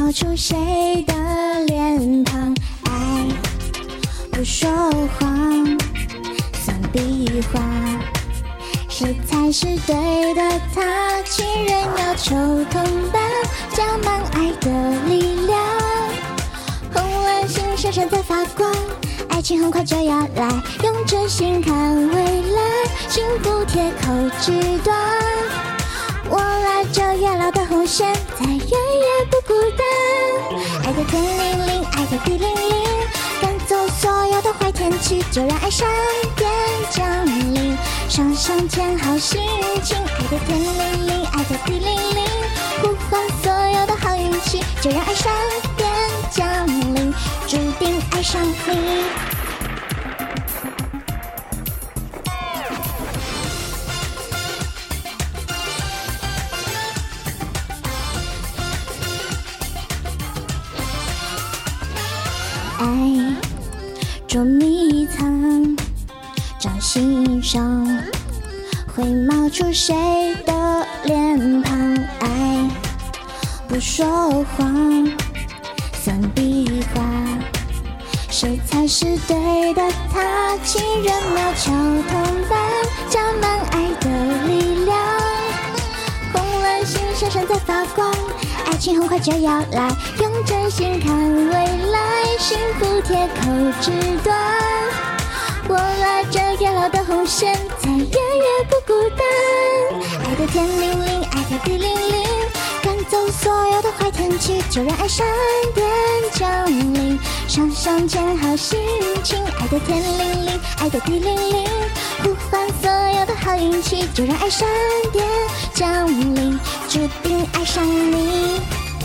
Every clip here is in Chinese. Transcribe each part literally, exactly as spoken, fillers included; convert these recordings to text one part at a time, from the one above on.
冒出谁的脸庞？爱不说谎，算笔画，谁才是对的他？情人要求同伴，加满爱的力量。红蓝星闪闪在发光，爱情很快就要来，用真心看未来，幸福铁口直断。我拉着月老的红线，再远也不孤单。爱的天灵灵，爱的地灵灵，赶走所有的坏天气，就让爱闪电降临，双双牵好心情。爱的天灵灵，爱的地灵灵，呼唤所有的好运气，就让爱闪电降临，注定爱上你。爱捉迷藏，掌心上会冒出谁的脸庞？爱不说谎，算笔画，谁才是对的他？情人秒求同伴，加满爱的力量。红蓝星闪闪在发光，爱情很快就要来，用真心看未来，幸福铁口直断。我拉着月老的红线，再远也不孤单。爱的天灵灵，爱的地灵灵，赶走所有的坏天气，就让爱闪电降临，双双牵好心情。爱的天灵灵，爱的地灵灵，呼唤所有的好运气，就让爱闪电降临，注定爱上你。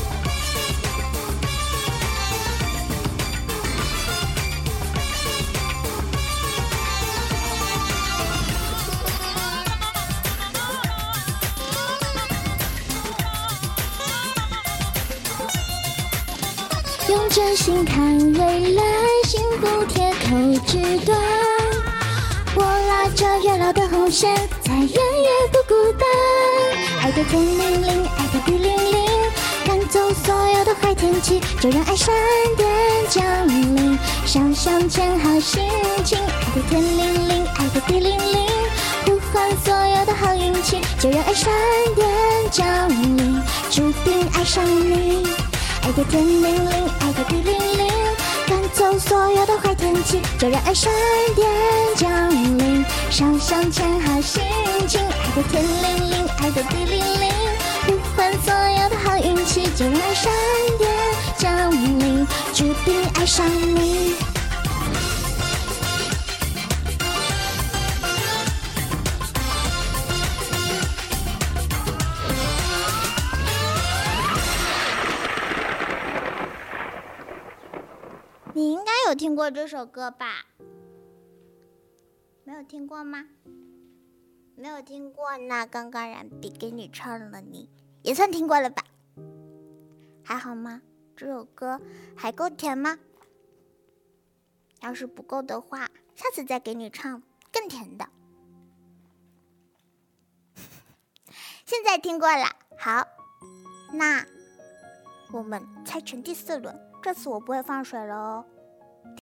用真心看未来，幸福铁口直断。我拉着月老的红线，再远也不孤单。爱的天灵灵，爱的地灵灵，赶走所有的坏天气，就让爱闪电降临，双双牵好心情。爱的天灵灵，爱的地灵灵，呼唤所有的好运气，就让爱闪电降临，注定爱上你。爱的天灵灵，爱的地灵灵，赶走所有的坏天气，就让爱闪电降临，双双牵好心情。爱的天灵灵，爱的地灵灵，呼唤所有的好运气，就让爱闪电降临，注定爱上你。你应该有听过这首歌吧？没有听过吗？没有听过，那刚刚冉比给你唱了，你也算听过了吧？还好吗？这首歌还够甜吗？要是不够的话，下次再给你唱更甜的。现在听过了，好，那我们猜拳第四轮，这次我不会放水了哦。